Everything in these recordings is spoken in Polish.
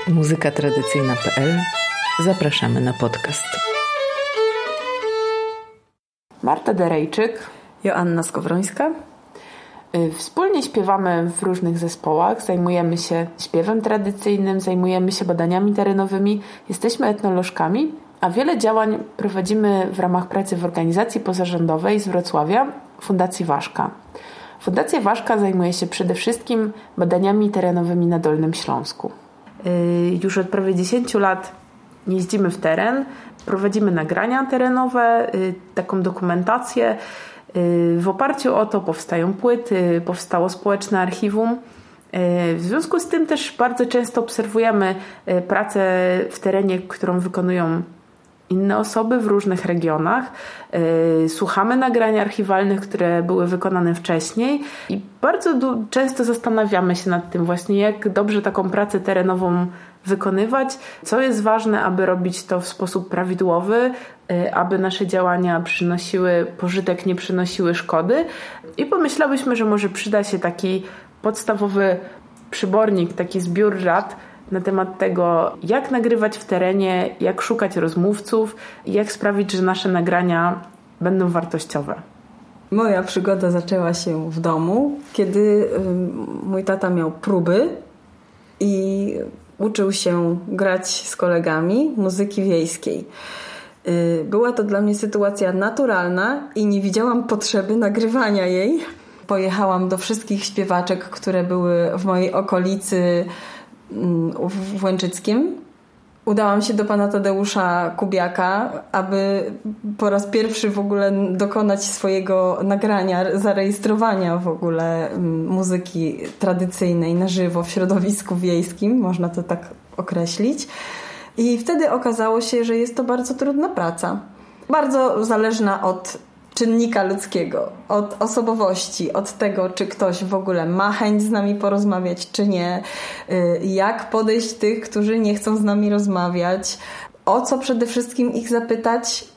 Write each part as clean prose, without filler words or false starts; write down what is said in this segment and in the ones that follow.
muzykatradycyjna.pl. Zapraszamy na podcast. Marta Derejczyk, Joanna Skowrońska. Wspólnie śpiewamy w różnych zespołach, zajmujemy się śpiewem tradycyjnym, zajmujemy się badaniami terenowymi, jesteśmy etnolożkami, a wiele działań prowadzimy w ramach pracy w organizacji pozarządowej z Wrocławia, Fundacji Waszka. Fundacja Waszka zajmuje się przede wszystkim badaniami terenowymi na Dolnym Śląsku. Już od prawie 10 lat jeździmy w teren, prowadzimy nagrania terenowe, taką dokumentację. W oparciu o to powstają płyty, powstało społeczne archiwum. W związku z tym też bardzo często obserwujemy pracę w terenie, którą wykonują inne osoby w różnych regionach. Słuchamy nagrań archiwalnych, które były wykonane wcześniej i bardzo często zastanawiamy się nad tym właśnie, jak dobrze taką pracę terenową wykonywać, co jest ważne, aby robić to w sposób prawidłowy, aby nasze działania przynosiły pożytek, nie przynosiły szkody. I pomyślałyśmy, że może przyda się taki podstawowy przybornik, taki zbiór rad na temat tego, jak nagrywać w terenie, jak szukać rozmówców i jak sprawić, że nasze nagrania będą wartościowe. Moja przygoda zaczęła się w domu, kiedy mój tata miał próby i uczył się grać z kolegami muzyki wiejskiej. Była to dla mnie sytuacja naturalna i nie widziałam potrzeby nagrywania jej. Pojechałam do wszystkich śpiewaczek, które były w mojej okolicy w Łęczyckiem. Udałam się do pana Tadeusza Kubiaka, aby po raz pierwszy w ogóle dokonać swojego nagrania, zarejestrowania w ogóle muzyki tradycyjnej na żywo w środowisku wiejskim, można to tak określić. I wtedy okazało się, że jest to bardzo trudna praca. Bardzo zależna od czynnika ludzkiego, od osobowości, od tego, czy ktoś w ogóle ma chęć z nami porozmawiać, czy nie, jak podejść tych, którzy nie chcą z nami rozmawiać, o co przede wszystkim ich zapytać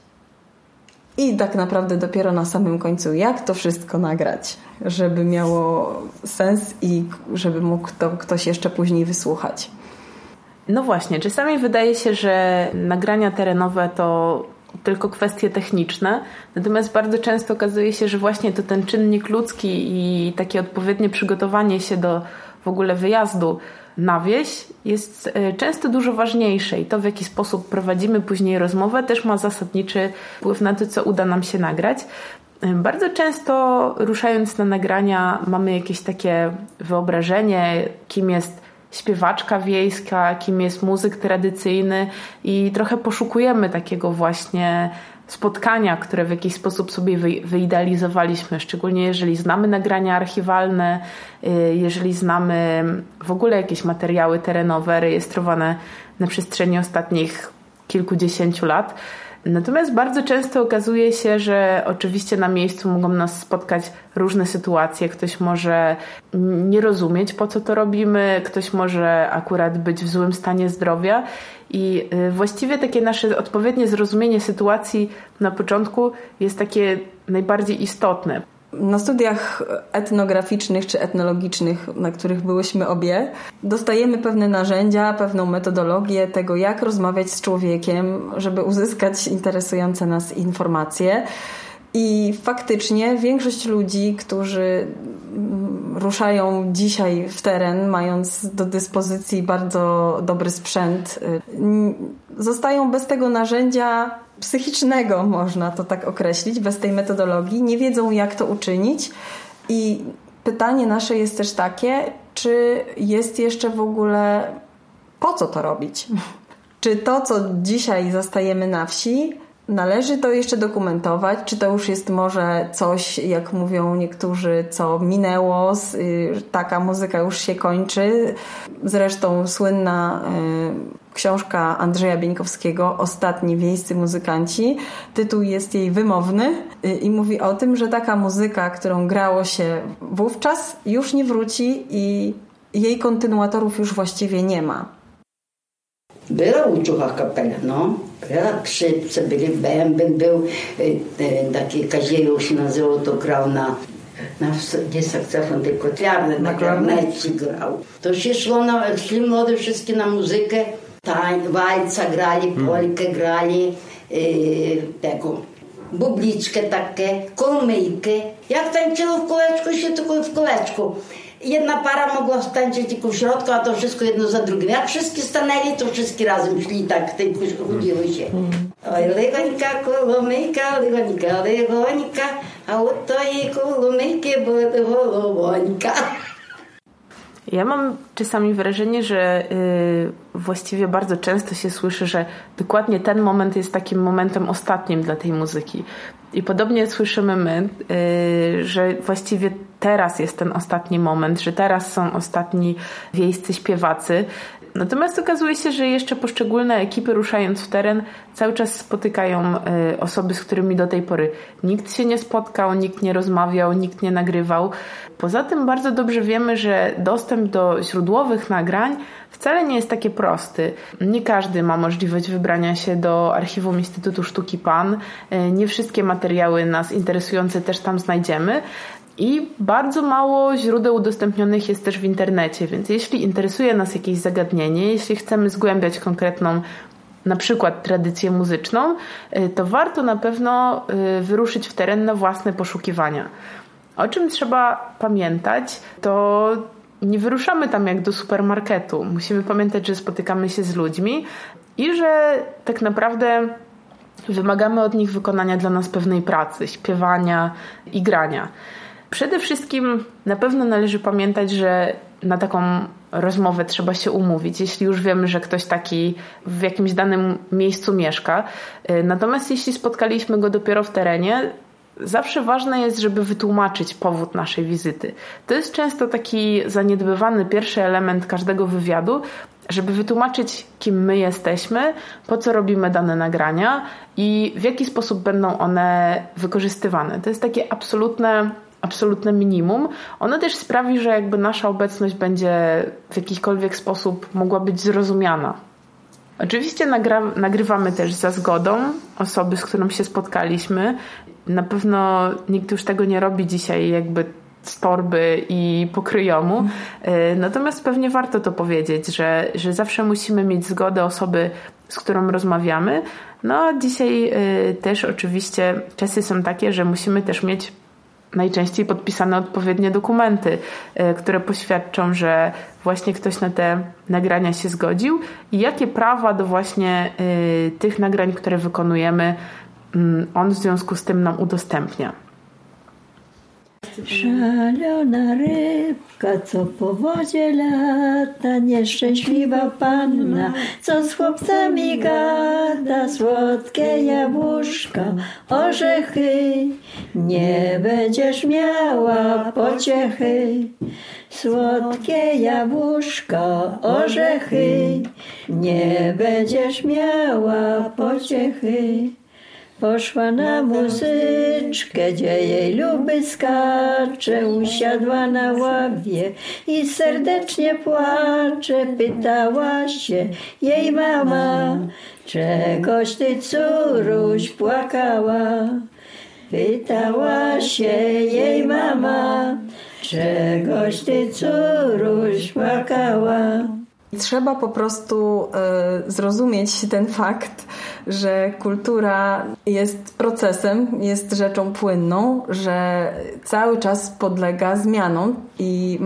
i tak naprawdę dopiero na samym końcu, jak to wszystko nagrać, żeby miało sens i żeby mógł to ktoś jeszcze później wysłuchać. No właśnie, czasami wydaje się, że nagrania terenowe to tylko kwestie techniczne, natomiast bardzo często okazuje się, że właśnie to ten czynnik ludzki i takie odpowiednie przygotowanie się do w ogóle wyjazdu na wieś jest często dużo ważniejsze i to, w jaki sposób prowadzimy później rozmowę, też ma zasadniczy wpływ na to, co uda nam się nagrać. Bardzo często ruszając na nagrania mamy jakieś takie wyobrażenie, kim jest śpiewaczka wiejska, kim jest muzyk tradycyjny i trochę poszukujemy takiego właśnie spotkania, które w jakiś sposób sobie wyidealizowaliśmy, szczególnie jeżeli znamy nagrania archiwalne, jeżeli znamy w ogóle jakieś materiały terenowe rejestrowane na przestrzeni ostatnich kilkudziesięciu lat. Natomiast bardzo często okazuje się, że oczywiście na miejscu mogą nas spotkać różne sytuacje. Ktoś może nie rozumieć, po co to robimy, ktoś może akurat być w złym stanie zdrowia i właściwie takie nasze odpowiednie zrozumienie sytuacji na początku jest takie najbardziej istotne. Na studiach etnograficznych czy etnologicznych, na których byłyśmy obie, dostajemy pewne narzędzia, pewną metodologię tego, jak rozmawiać z człowiekiem, żeby uzyskać interesujące nas informacje. I faktycznie większość ludzi, którzy ruszają dzisiaj w teren, mając do dyspozycji bardzo dobry sprzęt, zostają bez tego narzędzia psychicznego, można to tak określić, bez tej metodologii, nie wiedzą, jak to uczynić. I pytanie nasze jest też takie, czy jest jeszcze w ogóle po co to robić? Czy to, co dzisiaj zastajemy na wsi, należy to jeszcze dokumentować? Czy to już jest może coś, jak mówią niektórzy, co minęło, taka muzyka już się kończy? Zresztą słynna książka Andrzeja Bieńkowskiego Ostatni wiejscy muzykanci. Tytuł jest jej wymowny i mówi o tym, że taka muzyka, którą grało się wówczas, już nie wróci i jej kontynuatorów już właściwie nie ma. Była u Czucha kapela, no. Była skrzypce, byli bęben, był taki Kaziejusz się nazywał, to grał na Nie saksofon, tylko klarnet na klarnecie grał. To się szli młode wszystkie na muzykę, walca grali, polkę grali, tego, bubliczkę takie, kolmyjkę. Jak tańczyło w kółeczku, się tylko w kółeczku. Jedna para mogła tańczyć tylko w środku, a to wszystko jedno za drugim. Jak wszyscy stanęli, to wszyscy razem szli tak, tylko chodziły się. Oj, legonika, kolomyjka, legonika, a oto jej kolomyjki były holowonika. Ja mam czasami wrażenie, że właściwie bardzo często się słyszy, że dokładnie ten moment jest takim momentem ostatnim dla tej muzyki. I podobnie słyszymy my, że właściwie teraz jest ten ostatni moment, że teraz są ostatni wiejscy śpiewacy. Natomiast okazuje się, że jeszcze poszczególne ekipy, ruszając w teren, cały czas spotykają osoby, z którymi do tej pory nikt się nie spotkał, nikt nie rozmawiał, nikt nie nagrywał. Poza tym bardzo dobrze wiemy, że dostęp do źródłowych nagrań wcale nie jest taki prosty. Nie każdy ma możliwość wybrania się do archiwum Instytutu Sztuki PAN. Nie wszystkie materiały nas interesujące też tam znajdziemy. I bardzo mało źródeł udostępnionych jest też w internecie, więc jeśli interesuje nas jakieś zagadnienie, jeśli chcemy zgłębiać konkretną na przykład tradycję muzyczną, to warto na pewno wyruszyć w teren na własne poszukiwania. O czym trzeba pamiętać, to nie wyruszamy tam jak do supermarketu. Musimy pamiętać, że spotykamy się z ludźmi i że tak naprawdę wymagamy od nich wykonania dla nas pewnej pracy, śpiewania i grania. Przede wszystkim na pewno należy pamiętać, że na taką rozmowę trzeba się umówić, jeśli już wiemy, że ktoś taki w jakimś danym miejscu mieszka. Natomiast jeśli spotkaliśmy go dopiero w terenie, zawsze ważne jest, żeby wytłumaczyć powód naszej wizyty. To jest często taki zaniedbywany pierwszy element każdego wywiadu, żeby wytłumaczyć, kim my jesteśmy, po co robimy dane nagrania i w jaki sposób będą one wykorzystywane. To jest takie absolutne minimum. Ono też sprawi, że jakby nasza obecność będzie w jakikolwiek sposób mogła być zrozumiana. Oczywiście nagrywamy też za zgodą osoby, z którą się spotkaliśmy. Na pewno nikt już tego nie robi dzisiaj jakby z torby i pokryjomu. Natomiast pewnie warto to powiedzieć, że zawsze musimy mieć zgodę osoby, z którą rozmawiamy. No a dzisiaj też oczywiście czasy są takie, że musimy też mieć najczęściej podpisane odpowiednie dokumenty, które poświadczą, że właśnie ktoś na te nagrania się zgodził i jakie prawa do właśnie tych nagrań, które wykonujemy, on w związku z tym nam udostępnia. Szalona rybka, co po wodzie lata, nieszczęśliwa panna, co z chłopcami gada, słodkie jabłuszka, orzechy, nie będziesz miała pociechy. Słodkie jabłuszka, orzechy, nie będziesz miała pociechy. Poszła na muzyczkę, gdzie jej luby skacze, usiadła na ławie i serdecznie płacze. Pytała się jej mama, czegoś ty, córuś, płakała. Pytała się jej mama, czegoś ty, córuś, płakała. Trzeba po prostu zrozumieć ten fakt, że kultura jest procesem, jest rzeczą płynną, że cały czas podlega zmianom i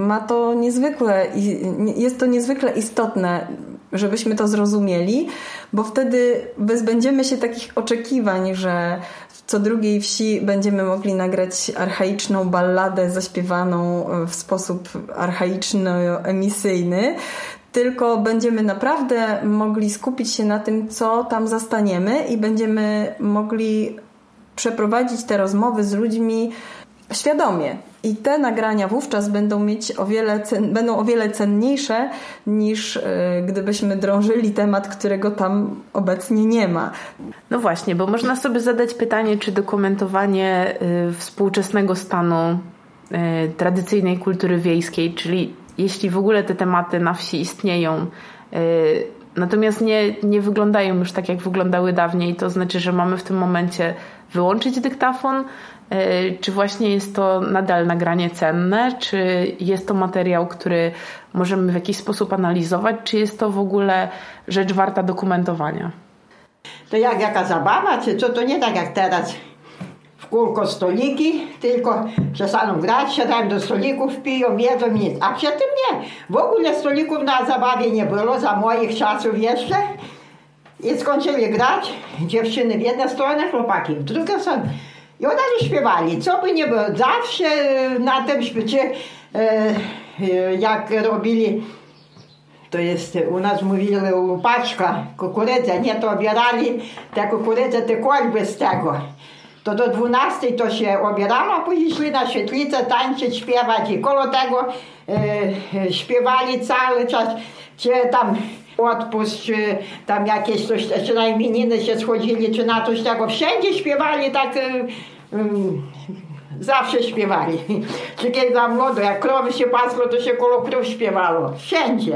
jest to niezwykle istotne, żebyśmy to zrozumieli, bo wtedy wyzbędziemy się takich oczekiwań, że w co drugiej wsi będziemy mogli nagrać archaiczną balladę zaśpiewaną w sposób archaiczno-emisyjny, tylko będziemy naprawdę mogli skupić się na tym, co tam zastaniemy i będziemy mogli przeprowadzić te rozmowy z ludźmi świadomie. I te nagrania wówczas będą o wiele cenniejsze niż gdybyśmy drążyli temat, którego tam obecnie nie ma. No właśnie, bo można sobie zadać pytanie, czy dokumentowanie współczesnego stanu tradycyjnej kultury wiejskiej, czyli jeśli w ogóle te tematy na wsi istnieją, natomiast nie wyglądają już tak, jak wyglądały dawniej, to znaczy, że mamy w tym momencie wyłączyć dyktafon, Czy właśnie jest to nadal nagranie cenne? Czy jest to materiał, który możemy w jakiś sposób analizować? Czy jest to w ogóle rzecz warta dokumentowania? To jak jaka zabawa, czy co, to nie tak jak teraz. W kółko stoliki, tylko przestaną grać, siadają do stolików, piją, jedzą i nic. A przedtem nie. W ogóle stolików na zabawie nie było, za moich czasów jeszcze. I skończyli grać, dziewczyny w jedną stronę, chłopaki w drugą stronę. I od razu śpiewali, co by nie było. Zawsze na tym śpiecie, jak robili, to jest u nas mówili łupaczka, kukurydza, nie to obierali te kukurydzę, te kolby z tego. To do 12 to się obierało, a później szli na świetlicę tańczyć, śpiewać i koło tego śpiewali cały czas, czy tam odpust, czy tam jakieś coś, czy na imieniny się schodzili, czy na coś tego. Wszędzie śpiewali tak, zawsze śpiewali. Czy kiedy za młodo, jak krowy się pasło, to się koło krów śpiewało. Wszędzie.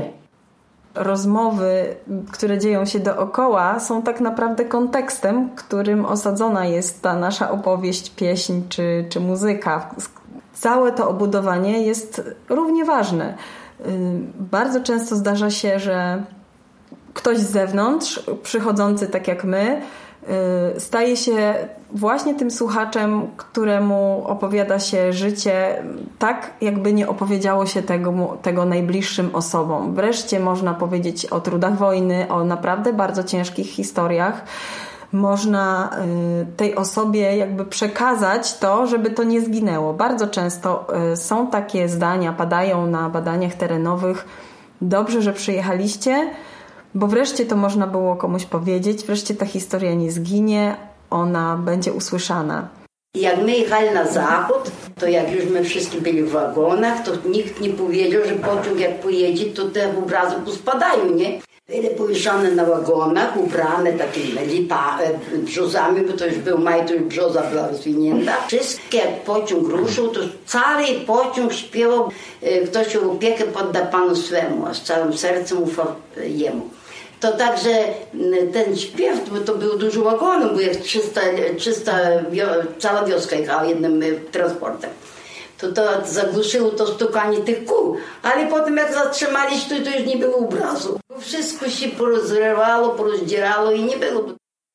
Rozmowy, które dzieją się dookoła, są tak naprawdę kontekstem, którym osadzona jest ta nasza opowieść, pieśń czy muzyka. Całe to obudowanie jest równie ważne. Bardzo często zdarza się, że ktoś z zewnątrz, przychodzący tak jak my, staje się właśnie tym słuchaczem, któremu opowiada się życie tak, jakby nie opowiedziało się tego najbliższym osobom. Wreszcie można powiedzieć o trudach wojny, o naprawdę bardzo ciężkich historiach. Można tej osobie jakby przekazać to, żeby to nie zginęło. Bardzo często są takie zdania, padają na badaniach terenowych. Dobrze, że przyjechaliście, bo wreszcie to można było komuś powiedzieć, wreszcie ta historia nie zginie, ona będzie usłyszana. Jak my jechali na zachód, to jak już my wszyscy byli w wagonach, to nikt nie powiedział, że pociąg jak pojedzie, to te obrazy pospadają, nie? Byli powieszane na wagonach, ubrane takimi brzozami, bo to już był maj, to już brzoza była rozwinięta. Wszystkie jak pociąg ruszył, to cały pociąg śpiewał, ktoś opiekę podda Panu swemu, a z całym sercem ufał Jemu. To także ten śpiew, bo to było dużo wagonów, bo jak 300 cała wioska jechała jednym transportem. To zagłuszyło to stukanie tych kół, ale potem jak zatrzymali się, to już nie było obrazu. Wszystko się porozrywało, porozdzierało i nie było.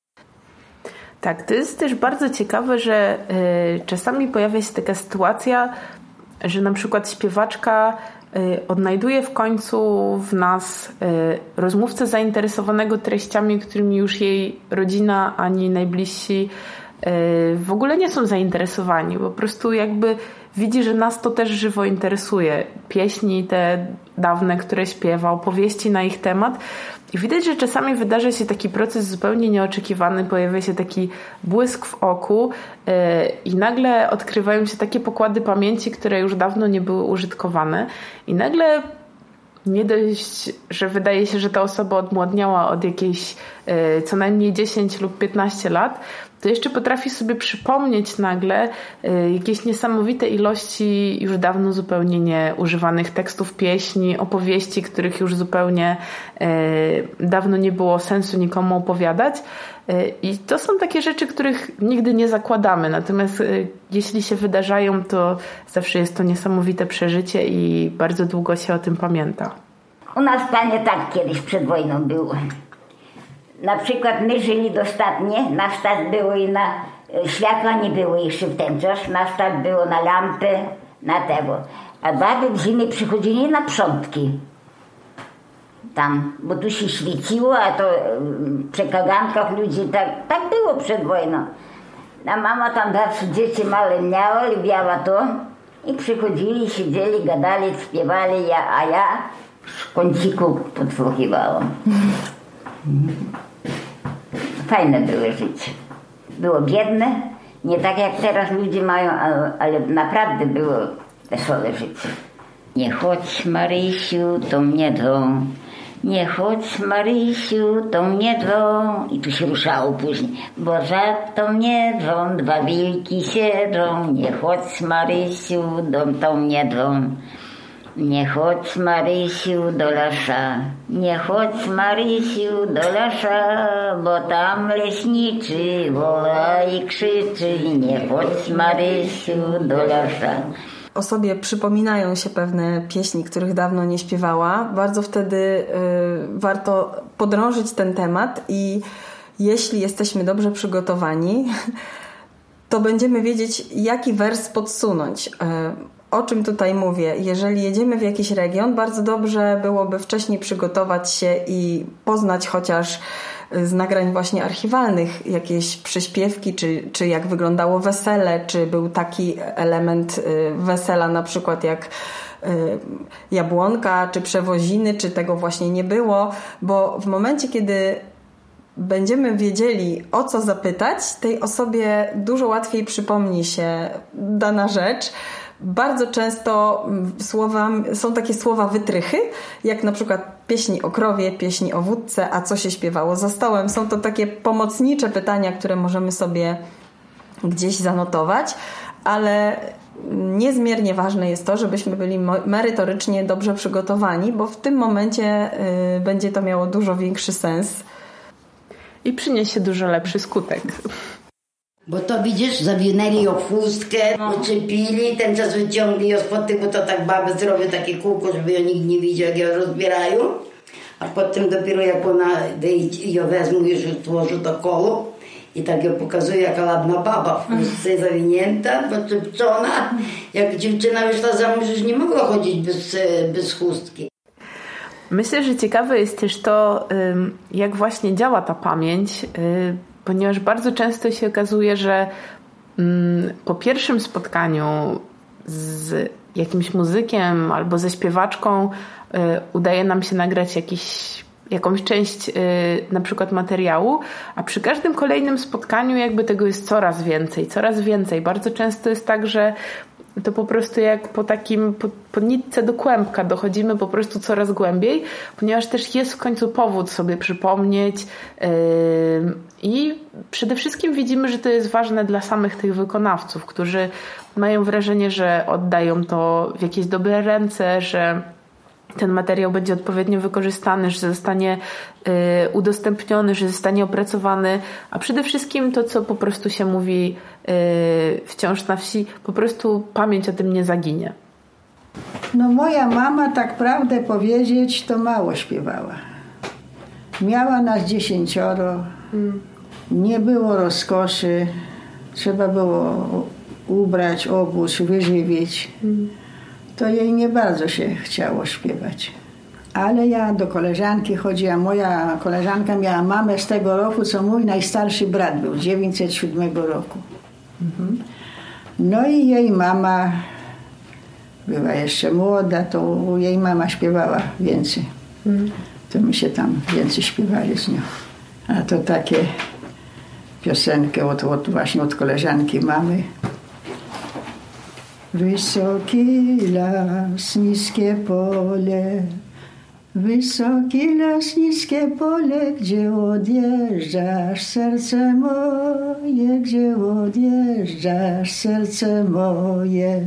Tak, to jest też bardzo ciekawe, że czasami pojawia się taka sytuacja, że na przykład śpiewaczka odnajduje w końcu w nas rozmówcę zainteresowanego treściami, którymi już jej rodzina ani najbliżsi w ogóle nie są zainteresowani. Po prostu jakby widzi, że nas to też żywo interesuje. Pieśni te dawne, które śpiewa, opowieści na ich temat. I widać, że czasami wydarza się taki proces zupełnie nieoczekiwany, pojawia się taki błysk w oku i nagle odkrywają się takie pokłady pamięci, które już dawno nie były użytkowane. I nagle nie dość, że wydaje się, że ta osoba odmłodniała od jakiejś co najmniej 10 lub 15 lat, to jeszcze potrafi sobie przypomnieć nagle jakieś niesamowite ilości już dawno zupełnie nieużywanych tekstów pieśni, opowieści, których już zupełnie dawno nie było sensu nikomu opowiadać. I to są takie rzeczy, których nigdy nie zakładamy. Natomiast jeśli się wydarzają, to zawsze jest to niesamowite przeżycie i bardzo długo się o tym pamięta. U nas w stanie tak kiedyś przed wojną było. Na przykład my żyli dostatnie, na wstać było i na światła nie było jeszcze w ten czas, na wstać było na lampy, na tego. A baby w zimie przychodzili na przątki. Tam, bo tu się świeciło, a to przy kagankach ludzi tak było przed wojną. A mama tam zawsze dzieci małe miała, lubiała to i przychodzili, siedzieli, gadali, śpiewali, a ja w kąciku podsłuchiwałam. Fajne było życie. Było biedne, nie tak jak teraz ludzie mają, ale naprawdę było wesołe życie. Nie chodź, Marysiu, to mnie dom. Nie chodź, Marysiu, to mnie dom. I tu się ruszało później. Bo za to mnie dom, dwa wilki siedzą. Nie chodź, Marysiu, to mnie dom. Nie chodź, Marysiu, do lasza, nie chodź, Marysiu, do lasza, bo tam leśniczy woła i krzyczy. Nie chodź, Marysiu, do lasza. Osobie przypominają się pewne pieśni, których dawno nie śpiewała. Bardzo wtedy warto podrążyć ten temat i jeśli jesteśmy dobrze przygotowani, to będziemy wiedzieć, jaki wers podsunąć. O czym tutaj mówię? Jeżeli jedziemy w jakiś region, bardzo dobrze byłoby wcześniej przygotować się i poznać chociaż z nagrań właśnie archiwalnych jakieś przyśpiewki, czy jak wyglądało wesele, czy był taki element wesela na przykład jak jabłonka, czy przewoziny, czy tego właśnie nie było, bo w momencie, kiedy będziemy wiedzieli, o co zapytać, tej osobie dużo łatwiej przypomni się dana rzecz. Bardzo często są takie słowa wytrychy, jak na przykład pieśni o krowie, pieśni o wódce, a co się śpiewało za stołem. Są to takie pomocnicze pytania, które możemy sobie gdzieś zanotować, ale niezmiernie ważne jest to, żebyśmy byli merytorycznie dobrze przygotowani, bo w tym momencie będzie to miało dużo większy sens. I przyniesie dużo lepszy skutek. Bo to widzisz, zawinęli ją w chustkę, uczepili, ten czas wyciągli ją spod tego, to tak baby zrobią takie kółko, żeby ją nikt nie widział, jak ją rozbierają. A potem dopiero jak ona wyjdzie i ją wezmą i złożą do kolu i tak ją pokazuje, jaka ładna baba w chustce zawinięta, poczepczona. Jak dziewczyna wyszła za mąż, już nie mogła chodzić bez chustki. Myślę, że ciekawe jest też to, jak właśnie działa ta pamięć, ponieważ bardzo często się okazuje, że po pierwszym spotkaniu z jakimś muzykiem albo ze śpiewaczką udaje nam się nagrać jakąś część na przykład materiału, a przy każdym kolejnym spotkaniu jakby tego jest coraz więcej. Bardzo często jest tak, że to po prostu jak po nitce do kłębka dochodzimy po prostu coraz głębiej, ponieważ też jest w końcu powód sobie przypomnieć i przede wszystkim widzimy, że to jest ważne dla samych tych wykonawców, którzy mają wrażenie, że oddają to w jakieś dobre ręce, że ten materiał będzie odpowiednio wykorzystany, że zostanie udostępniony, że zostanie opracowany, a przede wszystkim to, co po prostu się mówi wciąż na wsi, po prostu pamięć o tym nie zaginie. No moja mama, tak prawdę powiedzieć, to mało śpiewała. Miała nas 10. Nie było rozkoszy, trzeba było ubrać, obuć, wyżywić. To jej nie bardzo się chciało śpiewać. Ale ja do koleżanki chodziłam. Moja koleżanka miała mamę z tego roku, co mój najstarszy brat był, 907 roku. No i jej mama była jeszcze młoda, to jej mama śpiewała więcej. To my się tam więcej śpiewali z nią. A to takie piosenkę właśnie od koleżanki mamy. Wysoki las, niskie pole, wysoki las, niskie pole, gdzie odjeżdżasz, serce moje, gdzie odjeżdżasz, serce moje.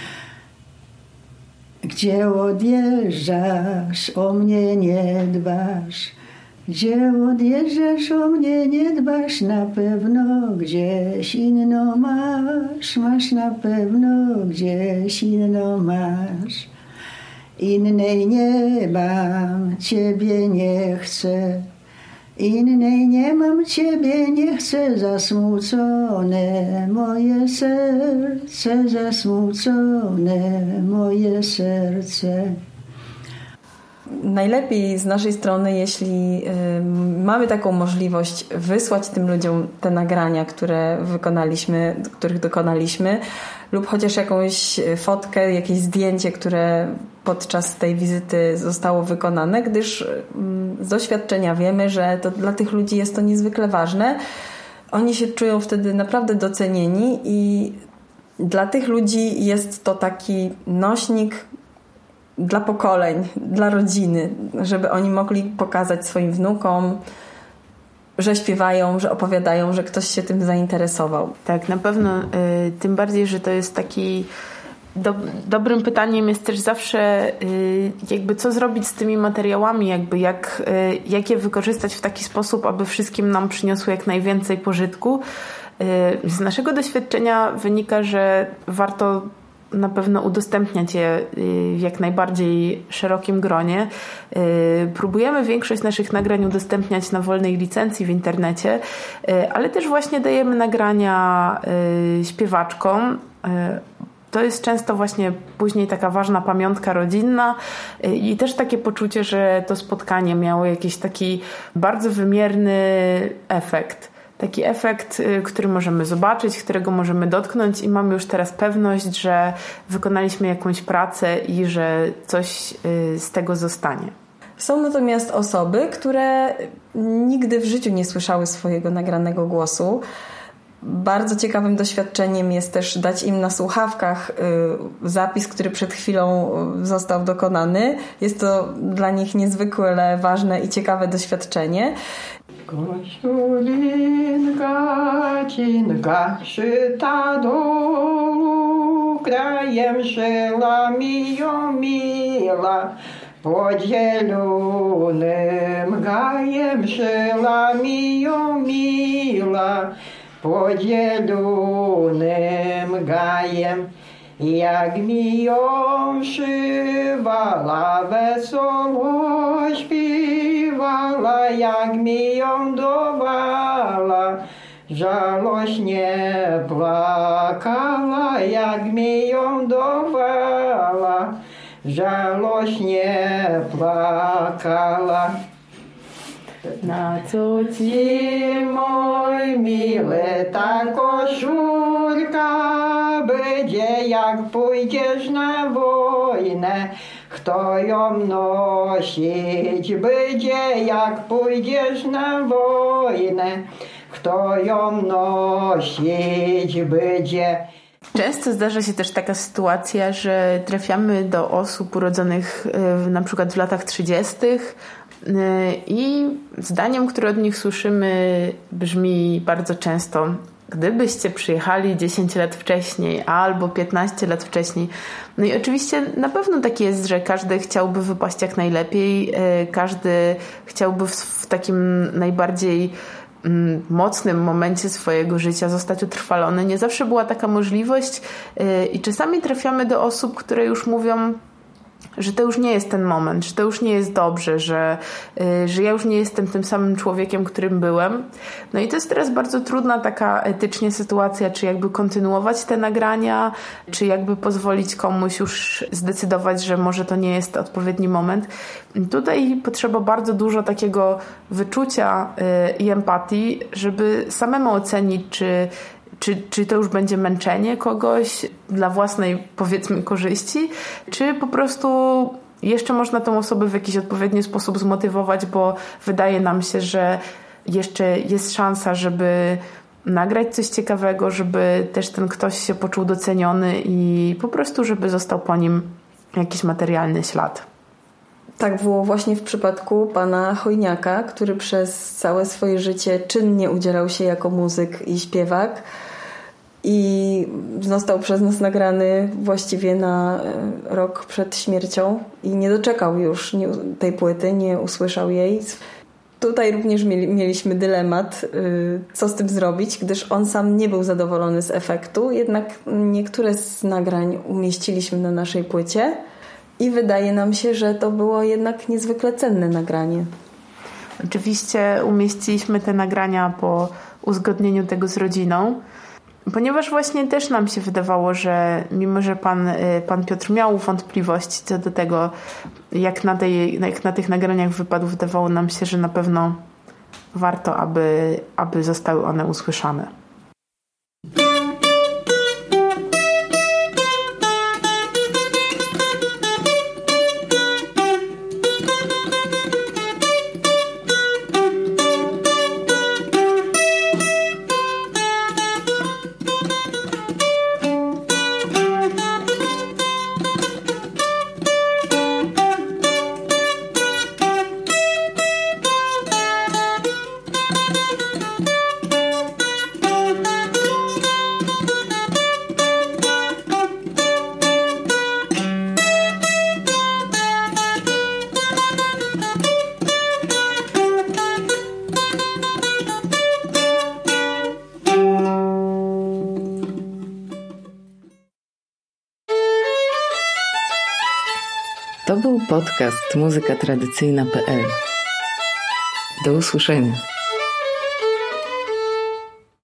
Gdzie odjeżdżasz, o mnie nie dbasz, gdzie odjeżdżasz, o mnie nie dbasz, na pewno gdzieś inną masz na pewno gdzieś inną masz. Innej nie mam, ciebie nie chcę, innej nie mam, ciebie nie chcę, zasmucone moje serce, zasmucone moje serce. Najlepiej z naszej strony, jeśli mamy taką możliwość wysłać tym ludziom te nagrania, których dokonaliśmy, lub chociaż jakąś fotkę, jakieś zdjęcie, które podczas tej wizyty zostało wykonane, gdyż z doświadczenia wiemy, że to dla tych ludzi jest to niezwykle ważne. Oni się czują wtedy naprawdę docenieni i dla tych ludzi jest to taki nośnik dla pokoleń, dla rodziny, żeby oni mogli pokazać swoim wnukom, że śpiewają, że opowiadają, że ktoś się tym zainteresował. Tak, na pewno. Tym bardziej, że to jest taki Dobrym pytaniem jest też zawsze jakby co zrobić z tymi materiałami, jakby jak je wykorzystać w taki sposób, aby wszystkim nam przyniosły jak najwięcej pożytku. Z naszego doświadczenia wynika, że warto na pewno udostępniać je w jak najbardziej szerokim gronie. Próbujemy większość naszych nagrań udostępniać na wolnej licencji w internecie, ale też właśnie dajemy nagrania śpiewaczkom. To jest często właśnie później taka ważna pamiątka rodzinna i też takie poczucie, że to spotkanie miało jakiś taki bardzo wymierny efekt. Taki efekt, który możemy zobaczyć, którego możemy dotknąć i mamy już teraz pewność, że wykonaliśmy jakąś pracę i że coś z tego zostanie. Są natomiast osoby, które nigdy w życiu nie słyszały swojego nagranego głosu. Bardzo ciekawym doświadczeniem jest też dać im na słuchawkach zapis, który przed chwilą został dokonany. Jest to dla nich niezwykle ważne i ciekawe doświadczenie. Kościulinka cinka szyta dolu, krajem szyla mila, pod zielonym gajem szyla mila, pod zielonym gajem. Jak mi ją szywała, wesoło śpiewała, jak mi ją dawała, żałośnie płakała, jak mi ją dawała, żałośnie płakała. Na co ci, mój miły, ta koszulka będzie, jak pójdziesz na wojnę? Kto ją nosić będzie, jak pójdziesz na wojnę? Kto ją nosić będzie? Często zdarza się też taka sytuacja, że trafiamy do osób urodzonych na przykład w latach 30. I zdaniem, które od nich słyszymy, brzmi bardzo często: gdybyście przyjechali 10 lat wcześniej albo 15 lat wcześniej. No i oczywiście na pewno tak jest, że każdy chciałby wypaść jak najlepiej, każdy chciałby w takim najbardziej mocnym momencie swojego życia zostać utrwalony. Nie zawsze była taka możliwość i czasami trafiamy do osób, które już mówią, że to już nie jest ten moment, że to już nie jest dobrze, że ja już nie jestem tym samym człowiekiem, którym byłem. No i to jest teraz bardzo trudna taka etycznie sytuacja, czy jakby kontynuować te nagrania, czy jakby pozwolić komuś już zdecydować, że może to nie jest odpowiedni moment. Tutaj potrzeba bardzo dużo takiego wyczucia i empatii, żeby samemu ocenić, czy to już będzie męczenie kogoś dla własnej, powiedzmy, korzyści, czy po prostu jeszcze można tą osobę w jakiś odpowiedni sposób zmotywować, bo wydaje nam się, że jeszcze jest szansa, żeby nagrać coś ciekawego, żeby też ten ktoś się poczuł doceniony i po prostu, żeby został po nim jakiś materialny ślad. Tak było właśnie w przypadku pana Chojniaka, który przez całe swoje życie czynnie udzielał się jako muzyk i śpiewak i został przez nas nagrany właściwie na rok przed śmiercią i nie doczekał już tej płyty, nie usłyszał jej. Tutaj również mieliśmy dylemat, co z tym zrobić, gdyż on sam nie był zadowolony z efektu, jednak niektóre z nagrań umieściliśmy na naszej płycie i wydaje nam się, że to było jednak niezwykle cenne nagranie. Oczywiście umieściliśmy te nagrania po uzgodnieniu tego z rodziną, ponieważ właśnie też nam się wydawało, że mimo, że pan Piotr miał wątpliwości co do tego, jak na tych nagraniach wypadł, wydawało nam się, że na pewno warto, aby zostały one usłyszane. podcast muzykatradycyjna.pl. Do usłyszenia.